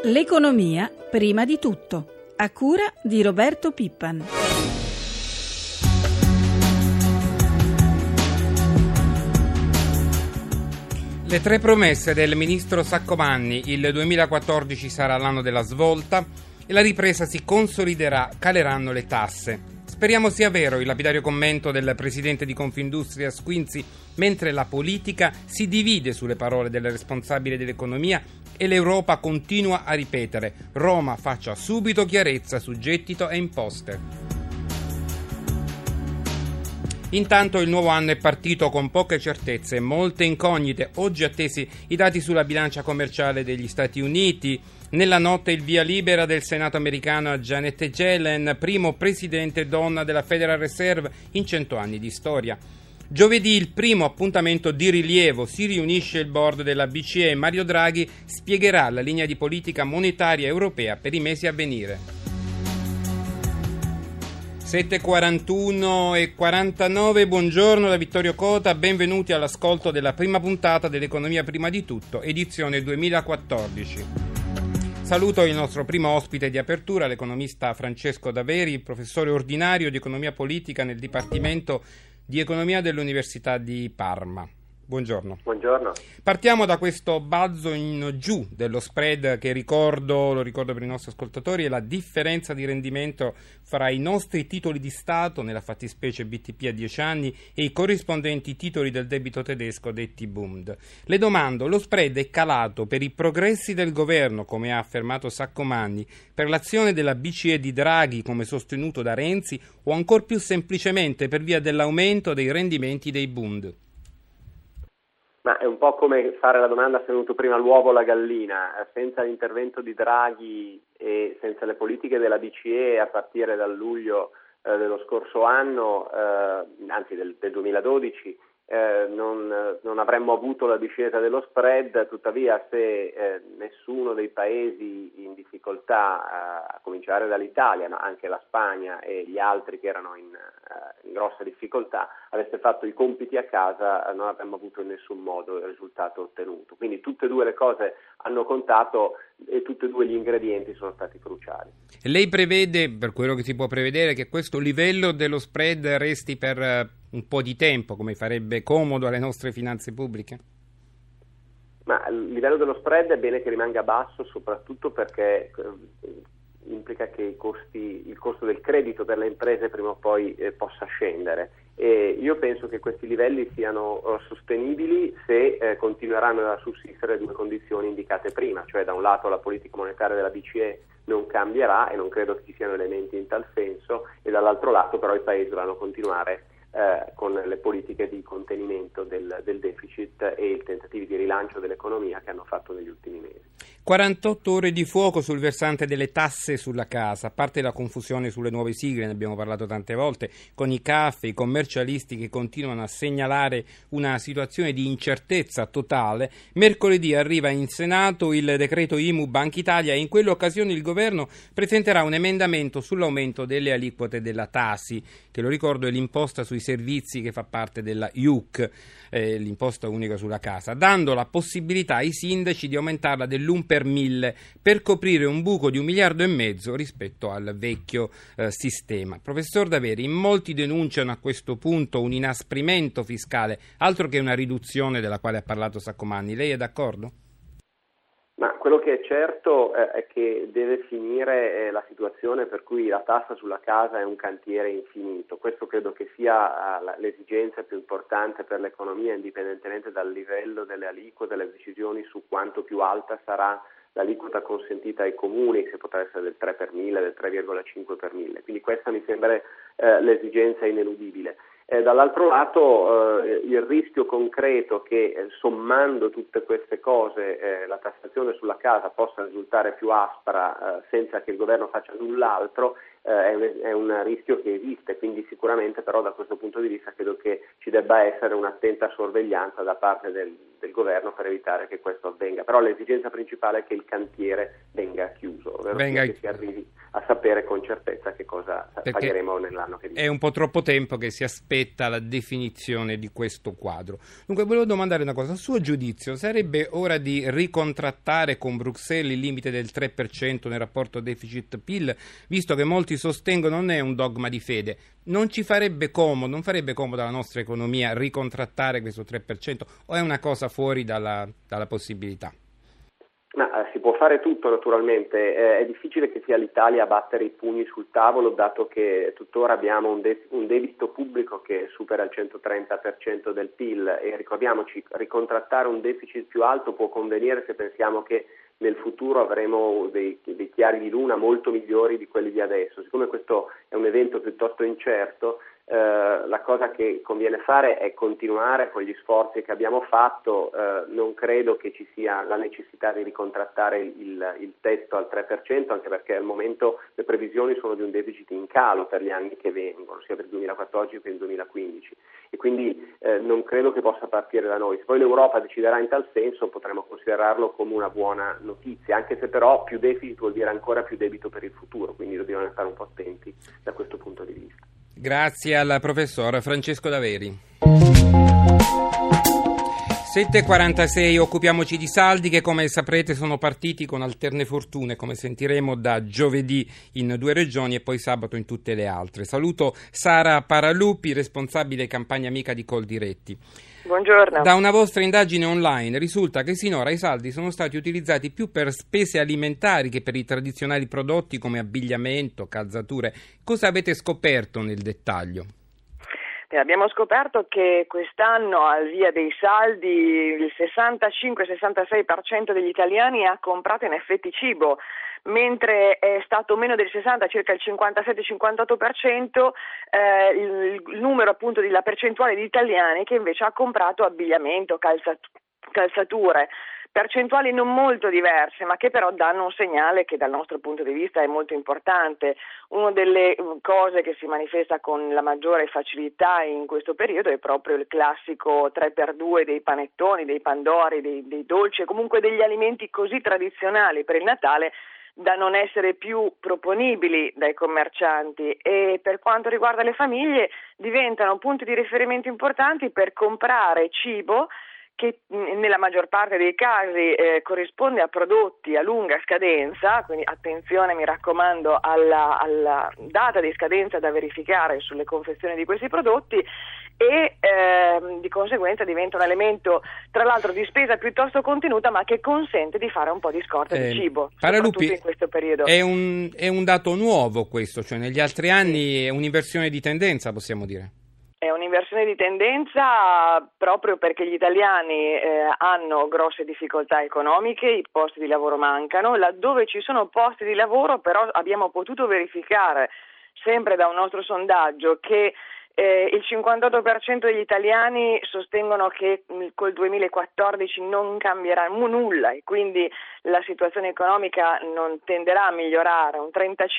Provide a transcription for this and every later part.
L'economia prima di tutto, a cura di Roberto Pippan. Le tre promesse del ministro Saccomanni: il 2014 sarà l'anno della svolta e la ripresa si consoliderà, caleranno le tasse. Speriamo sia vero il lapidario commento del presidente di Confindustria Squinzi, mentre la politica si divide sulle parole del responsabile dell'economia e l'Europa continua a ripetere: Roma faccia subito chiarezza su gettito e imposte. Intanto il nuovo anno è partito con poche certezze e molte incognite. Oggi attesi i dati sulla bilancia commerciale degli Stati Uniti. Nella notte il via libera del Senato americano a Janet Yellen, primo presidente donna della Federal Reserve in 100 anni di storia. Giovedì il primo appuntamento di rilievo, si riunisce il board della BCE e Mario Draghi spiegherà la linea di politica monetaria europea per i mesi a venire. 7:41 e 49, buongiorno da Vittorio Cota, benvenuti all'ascolto della prima puntata dell'Economia prima di tutto, edizione 2014. Saluto il nostro primo ospite di apertura, l'economista Francesco Daveri, professore ordinario di economia politica nel Dipartimento di Economia dell'Università di Parma. Buongiorno. Buongiorno. Partiamo da questo balzo in giù dello spread che lo ricordo per i nostri ascoltatori, è la differenza di rendimento fra i nostri titoli di Stato, nella fattispecie BTP a 10 anni, e i corrispondenti titoli del debito tedesco detti Bund. Le domando: lo spread è calato per i progressi del governo, come ha affermato Saccomanni, per l'azione della BCE di Draghi, come sostenuto da Renzi, o ancor più semplicemente per via dell'aumento dei rendimenti dei Bund? Ma è un po' come fare la domanda: se è venuto prima l'uovo o la gallina. Senza l'intervento di Draghi e senza le politiche della BCE a partire dal luglio dello scorso anno, anzi del 2012, non avremmo avuto la discesa dello spread. Tuttavia, se nessuno dei paesi in difficoltà, a cominciare dall'Italia, ma anche la Spagna e gli altri che erano in grossa difficoltà, avesse fatto i compiti a casa, non avremmo avuto in nessun modo il risultato ottenuto. Quindi tutte e due le cose hanno contato e tutti e due gli ingredienti sono stati cruciali. E lei prevede, per quello che si può prevedere, che questo livello dello spread resti per un po' di tempo, come farebbe comodo alle nostre finanze pubbliche? Ma il livello dello spread è bene che rimanga basso, soprattutto perché implica che il costo del credito per le imprese prima o poi possa scendere. E io penso che questi livelli siano sostenibili se continueranno a sussistere due condizioni indicate prima, cioè da un lato la politica monetaria della BCE non cambierà e non credo che ci siano elementi in tal senso, e dall'altro lato però i paesi dovranno continuare con le politiche di contenimento del deficit e i tentativi di rilancio dell'economia che hanno fatto negli ultimi mesi. 48 ore di fuoco sul versante delle tasse sulla casa, a parte la confusione sulle nuove sigle, ne abbiamo parlato tante volte, con i CAF e i commercialisti che continuano a segnalare una situazione di incertezza totale. Mercoledì arriva in Senato il decreto IMU Banca Italia e in quell'occasione il governo presenterà un emendamento sull'aumento delle aliquote della Tasi, che, lo ricordo, è l'imposta sui servizi che fa parte della IUC, l'imposta unica sulla casa, dando la possibilità ai sindaci di aumentarla dell'1 per 1000 per coprire un buco di 1,5 miliardi rispetto al vecchio sistema. Professor Daveri, in molti denunciano a questo punto un inasprimento fiscale, altro che una riduzione della quale ha parlato Saccomanni. Lei è d'accordo? Ma quello che è certo è che deve finire la situazione per cui la tassa sulla casa è un cantiere infinito. Questo credo che sia l'esigenza più importante per l'economia, indipendentemente dal livello delle aliquote, delle decisioni su quanto più alta sarà l'aliquota consentita ai comuni, se potrà essere del 3 per 1000, del 3,5 per 1000. Quindi questa mi sembra l'esigenza ineludibile. Dall'altro lato il rischio concreto che sommando tutte queste cose la tassazione sulla casa possa risultare più aspra senza che il governo faccia null'altro è un rischio che esiste, quindi sicuramente però da questo punto di vista credo che ci debba essere un'attenta sorveglianza da parte del governo per evitare che questo avvenga, però l'esigenza principale è che il cantiere venga chiuso, ovvero che si arrivi a sapere con certezza che cosa pagheremo nell'anno che viene. È un po' troppo tempo che si aspetta la definizione di questo quadro. Dunque volevo domandare una cosa: a suo giudizio sarebbe ora di ricontrattare con Bruxelles il limite del 3% nel rapporto deficit-PIL, visto che molti sostengono non è un dogma di fede? Non farebbe comodo alla nostra economia ricontrattare questo 3% o è una cosa fuori dalla possibilità? Ma si può fare tutto naturalmente, è difficile che sia l'Italia a battere i pugni sul tavolo, dato che tuttora abbiamo un debito pubblico che supera il 130% del PIL, e ricordiamoci, ricontrattare un deficit più alto può convenire se pensiamo che nel futuro avremo dei chiari di luna molto migliori di quelli di adesso. Siccome questo è un evento piuttosto incerto, la cosa che conviene fare è continuare con gli sforzi che abbiamo fatto. Non credo che ci sia la necessità di ricontrattare il tetto al 3%, anche perché al momento le previsioni sono di un deficit in calo per gli anni che vengono, sia per il 2014 che per il 2015, e quindi non credo che possa partire da noi. Se poi l'Europa deciderà in tal senso potremo considerarlo come una buona notizia, anche se però più deficit vuol dire ancora più debito per il futuro, quindi dobbiamo stare un po' attenti da questo punto di vista. Grazie al professor Francesco Daveri. 7.46, occupiamoci di saldi che, come saprete, sono partiti con alterne fortune, come sentiremo, da giovedì in 2 regioni e poi sabato in tutte le altre. Saluto Sara Paralupi, responsabile campagna amica di Coldiretti. Buongiorno. Da una vostra indagine online risulta che sinora i saldi sono stati utilizzati più per spese alimentari che per i tradizionali prodotti come abbigliamento, calzature. Cosa avete scoperto nel dettaglio? Abbiamo scoperto che quest'anno, al via dei saldi, il 65-66% degli italiani ha comprato in effetti cibo, mentre è stato meno del 60, circa il 57-58%, il numero appunto la percentuale di italiani che invece ha comprato abbigliamento, calzature. Percentuali non molto diverse, ma che però danno un segnale che dal nostro punto di vista è molto importante. Una delle cose che si manifesta con la maggiore facilità in questo periodo è proprio il classico 3x2 dei panettoni, dei pandori, dei dolci e comunque degli alimenti così tradizionali per il Natale da non essere più proponibili dai commercianti, e per quanto riguarda le famiglie diventano punti di riferimento importanti per comprare cibo che nella maggior parte dei casi corrisponde a prodotti a lunga scadenza, quindi attenzione, mi raccomando, alla data di scadenza da verificare sulle confezioni di questi prodotti, e di conseguenza diventa un elemento, tra l'altro, di spesa piuttosto contenuta, ma che consente di fare un po' di scorta di cibo, soprattutto in questo periodo. È un dato nuovo questo, cioè negli altri anni è un'inversione di tendenza, possiamo dire. È un'inversione di tendenza proprio perché gli italiani hanno grosse difficoltà economiche, i posti di lavoro mancano. Laddove ci sono posti di lavoro, però, abbiamo potuto verificare, sempre da un nostro sondaggio, che il 58% degli italiani sostengono che col 2014 non cambierà nulla e quindi la situazione economica non tenderà a migliorare. Un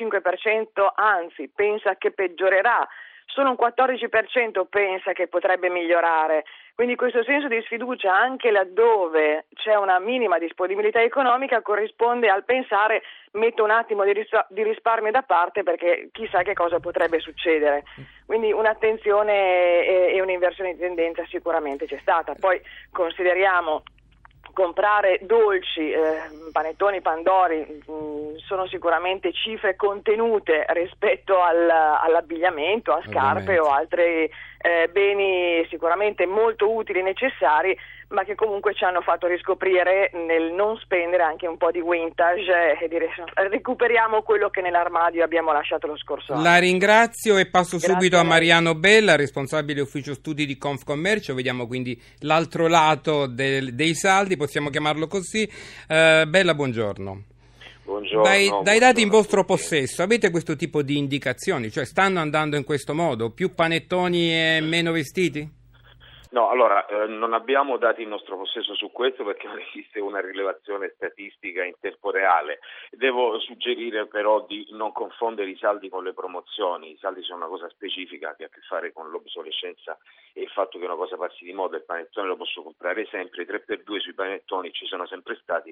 35% anzi pensa che peggiorerà. Solo un 14% pensa che potrebbe migliorare, quindi questo senso di sfiducia, anche laddove c'è una minima disponibilità economica, corrisponde al pensare: metto un attimo di risparmio da parte perché chissà che cosa potrebbe succedere. Quindi un'attenzione e un'inversione di tendenza sicuramente c'è stata. Poi consideriamo comprare dolci, panettoni, pandori, sono sicuramente cifre contenute rispetto all'abbigliamento, a scarpe o altri beni sicuramente molto utili e necessari, ma che comunque ci hanno fatto riscoprire nel non spendere anche un po' di vintage e dire recuperiamo quello che nell'armadio abbiamo lasciato lo scorso anno. La ringrazio e passo subito a Mariano Bella, responsabile ufficio studi di Confcommercio. Vediamo quindi l'altro lato dei saldi, possiamo chiamarlo così. Bella, buongiorno. Buongiorno. Dai dati in vostro possesso avete questo tipo di indicazioni? Cioè stanno andando in questo modo? Più panettoni e meno vestiti? No, allora, non abbiamo dati in nostro possesso su questo perché non esiste una rilevazione statistica in tempo reale. Devo suggerire però di non confondere i saldi con le promozioni. I saldi sono una cosa specifica che ha a che fare con l'obsolescenza e il fatto che una cosa passi di moda. Il panettone lo posso comprare sempre, i 3x2 sui panettoni ci sono sempre stati,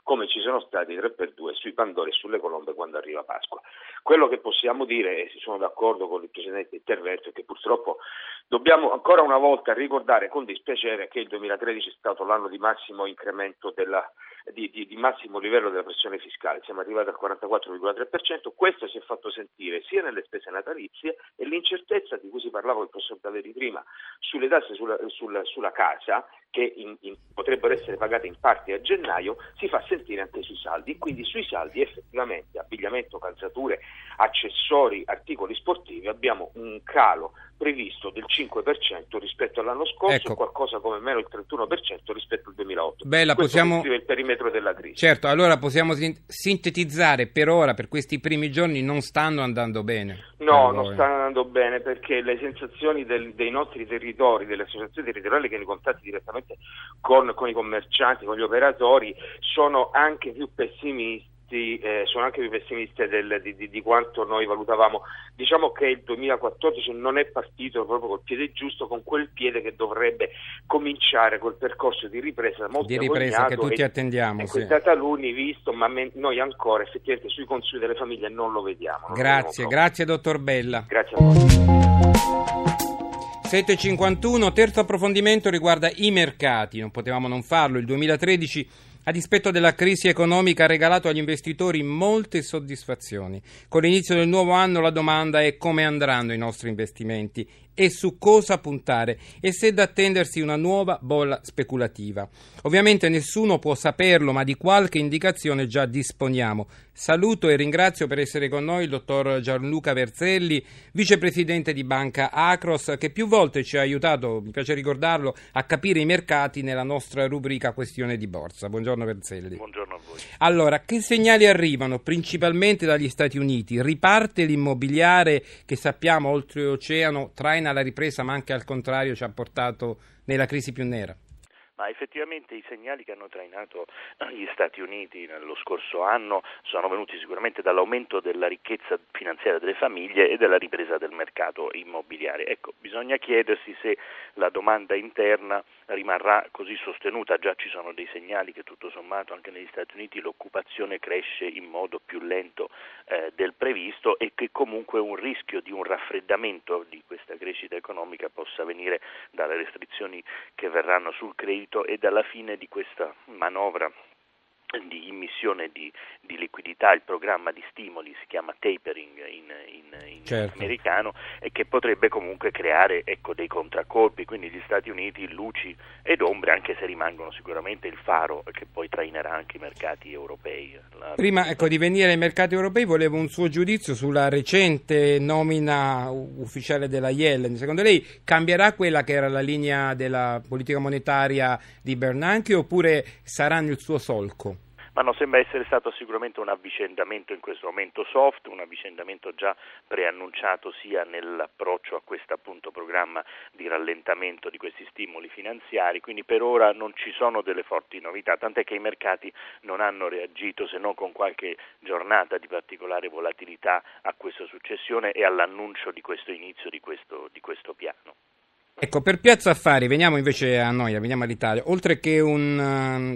come ci sono stati 3x2 sui pandori e sulle colombe quando arriva Pasqua. Quello che possiamo dire, e sono d'accordo con il precedente intervento, è che purtroppo dobbiamo ancora una volta ricordare con dispiacere che il 2013 è stato l'anno di massimo incremento di massimo livello della pressione fiscale, siamo arrivati al 44,3%, questo si è fatto sentire sia nelle spese natalizie e l'incertezza di cui si parlava con il professor Daveri prima sulle tasse sulla casa, che potrebbero essere pagate in parte a gennaio, si fa sentire anche sui saldi, quindi sui saldi effettivamente abbigliamento, calzature, accessori, articoli sportivi abbiamo un calo previsto del 5% rispetto all'anno scorso, qualcosa come meno il 31% rispetto al 2008. Bella, questo possiamo... descrive il perimetro della crisi. Certo, allora possiamo sintetizzare: per ora, per questi primi giorni non stanno andando bene. No, non stanno andando bene, perché le sensazioni dei nostri territori, delle associazioni territoriali che hanno contatti direttamente con i commercianti, con gli operatori, sono anche più pessimiste di quanto noi valutavamo. Diciamo che il 2014 non è partito proprio col piede giusto, con quel piede che dovrebbe cominciare col percorso di ripresa molto agognato che tutti attendiamo, sì. Da taluni visto, ma noi ancora effettivamente sui consumi delle famiglie non lo vediamo. Grazie dottor Bella. Grazie a voi. 7.51, terzo approfondimento riguarda i mercati. Non potevamo non farlo. Il 2013, a dispetto della crisi economica, ha regalato agli investitori molte soddisfazioni. Con l'inizio del nuovo anno la domanda è: come andranno i nostri investimenti e su cosa puntare, e se è da attendersi una nuova bolla speculativa. Ovviamente nessuno può saperlo, ma di qualche indicazione già disponiamo. Saluto e ringrazio per essere con noi il dottor Gianluca Verzelli, vicepresidente di Banca Akros, che più volte ci ha aiutato, mi piace ricordarlo, a capire i mercati nella nostra rubrica Questione di Borsa. Buongiorno Verzelli. Buongiorno a voi. Allora, che segnali arrivano principalmente dagli Stati Uniti? Riparte l'immobiliare che sappiamo oltreoceano traina la ripresa, ma anche al contrario ci ha portato nella crisi più nera? Ma effettivamente i segnali che hanno trainato gli Stati Uniti nello scorso anno sono venuti sicuramente dall'aumento della ricchezza finanziaria delle famiglie e della ripresa del mercato immobiliare. Ecco, bisogna chiedersi se la domanda interna rimarrà così sostenuta. Già ci sono dei segnali che tutto sommato anche negli Stati Uniti l'occupazione cresce in modo più lento del previsto, e che comunque un rischio di un raffreddamento di questa crescita economica possa venire dalle restrizioni che verranno sul credito e dalla fine di questa manovra di immissione di liquidità. Il programma di stimoli si chiama tapering in certo. americano, e che potrebbe comunque creare dei contraccolpi. Quindi gli Stati Uniti, luci ed ombre, anche se rimangono sicuramente il faro che poi trainerà anche i mercati europei. Prima di venire ai mercati europei volevo un suo giudizio sulla recente nomina ufficiale della Yellen. Secondo lei cambierà quella che era la linea della politica monetaria di Bernanke, oppure saranno il suo solco? Ma no, sembra essere stato sicuramente un avvicendamento in questo momento soft, un avvicendamento già preannunciato sia nell'approccio a questo appunto programma di rallentamento di questi stimoli finanziari. Quindi per ora non ci sono delle forti novità, tant'è che i mercati non hanno reagito se non con qualche giornata di particolare volatilità a questa successione e all'annuncio di questo inizio di questo piano. Ecco, per Piazza Affari, veniamo invece a noi, veniamo all'Italia. Oltre che un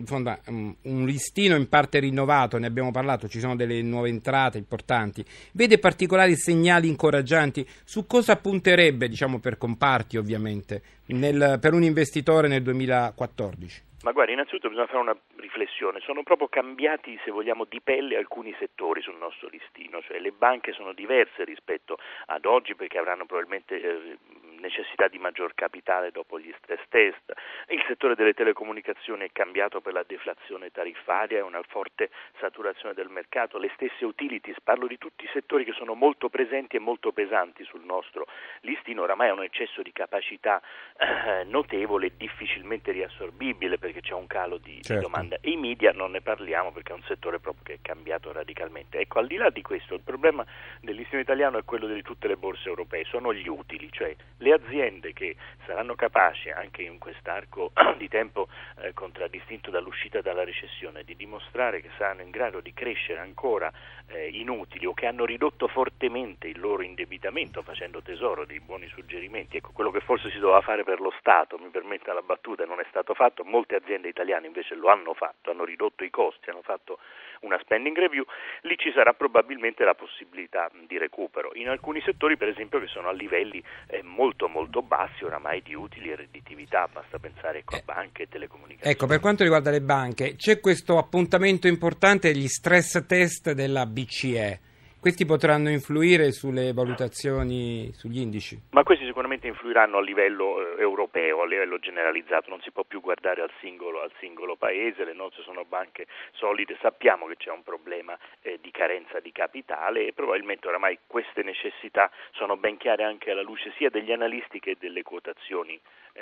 listino in parte rinnovato, ne abbiamo parlato, ci sono delle nuove entrate importanti. Vede particolari segnali incoraggianti? Su cosa punterebbe, per comparti ovviamente, per un investitore nel 2014? Ma guardi, innanzitutto bisogna fare una riflessione. Sono proprio cambiati, se vogliamo, di pelle alcuni settori sul nostro listino. Cioè le banche sono diverse rispetto ad oggi, perché avranno probabilmente necessità di maggior capitale dopo gli stress test. Il settore delle telecomunicazioni è cambiato per la deflazione tariffaria e una forte saturazione del mercato. Le stesse utilities, parlo di tutti i settori che sono molto presenti e molto pesanti sul nostro listino. Oramai hanno un eccesso di capacità notevole e difficilmente riassorbibile, perché c'è un calo di domanda. E i media non ne parliamo, perché è un settore proprio che è cambiato radicalmente. Ecco, al di là di questo, il problema del listino italiano è quello di tutte le borse europee, sono gli utili, cioè Le aziende che saranno capaci, anche in quest'arco di tempo contraddistinto dall'uscita dalla recessione, di dimostrare che saranno in grado di crescere ancora inutili o che hanno ridotto fortemente il loro indebitamento facendo tesoro dei buoni suggerimenti, ecco, quello che forse si doveva fare per lo Stato, mi permetta la battuta, non è stato fatto, molte aziende italiane invece lo hanno fatto, hanno ridotto i costi, hanno fatto una spending review, lì ci sarà probabilmente la possibilità di recupero. In alcuni settori, per esempio, che sono a livelli molto molto bassi oramai di utili e redditività, basta pensare a banche e telecomunicazioni. Ecco, per quanto riguarda le banche, c'è questo appuntamento importante degli stress test della BCE. Questi potranno influire sulle valutazioni, sugli indici? Ma questi sicuramente influiranno a livello europeo, a livello generalizzato, non si può più guardare al singolo paese, le nostre sono banche solide, sappiamo che c'è un problema di carenza di capitale e probabilmente oramai queste necessità sono ben chiare anche alla luce sia degli analisti che delle quotazioni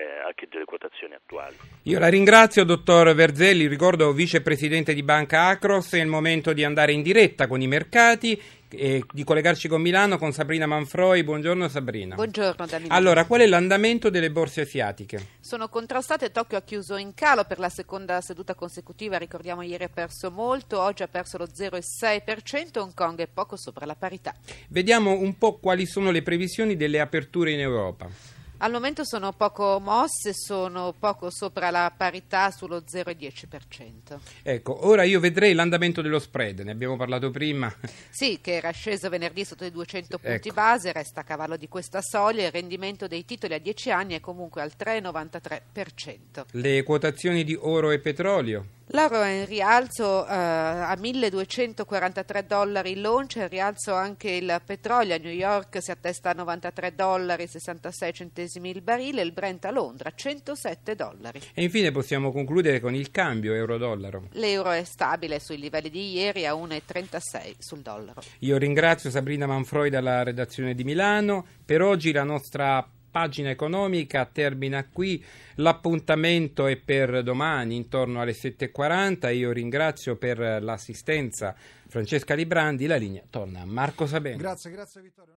attuali. Io la ringrazio, dottor Verzelli, ricordo vicepresidente di Banca Akros, è il momento di andare in diretta con i mercati e di collegarci con Milano con Sabrina Manfroi. Buongiorno Sabrina. Buongiorno da Milano. Allora, qual è l'andamento delle borse asiatiche? Sono contrastate, Tokyo ha chiuso in calo per la seconda seduta consecutiva, ricordiamo ieri ha perso molto, oggi ha perso lo 0,6%, Hong Kong è poco sopra la parità. Vediamo un po' quali sono le previsioni delle aperture in Europa. Al momento sono poco mosse, sono poco sopra la parità sullo 0,10%. Ecco, ora io vedrei l'andamento dello spread, ne abbiamo parlato prima. Sì, che era sceso venerdì sotto i 200 punti ecco. base, resta a cavallo di questa soglia, il rendimento dei titoli a 10 anni è comunque al 3,93%. Le quotazioni di oro e petrolio? L'oro è in rialzo a $1.243 il launch, è in rialzo anche il petrolio, a New York si attesta a $93,66 il barile, il Brent a Londra $107. E infine possiamo concludere con il cambio euro-dollaro. L'euro è stabile sui livelli di ieri a 1,36 sul dollaro. Io ringrazio Sabrina Manfroi dalla redazione di Milano. Per oggi la nostra pagina economica termina qui, l'appuntamento è per domani intorno alle 7:40. Io ringrazio per l'assistenza Francesca Librandi, la linea torna a Marco Sabene. Grazie Vittorio.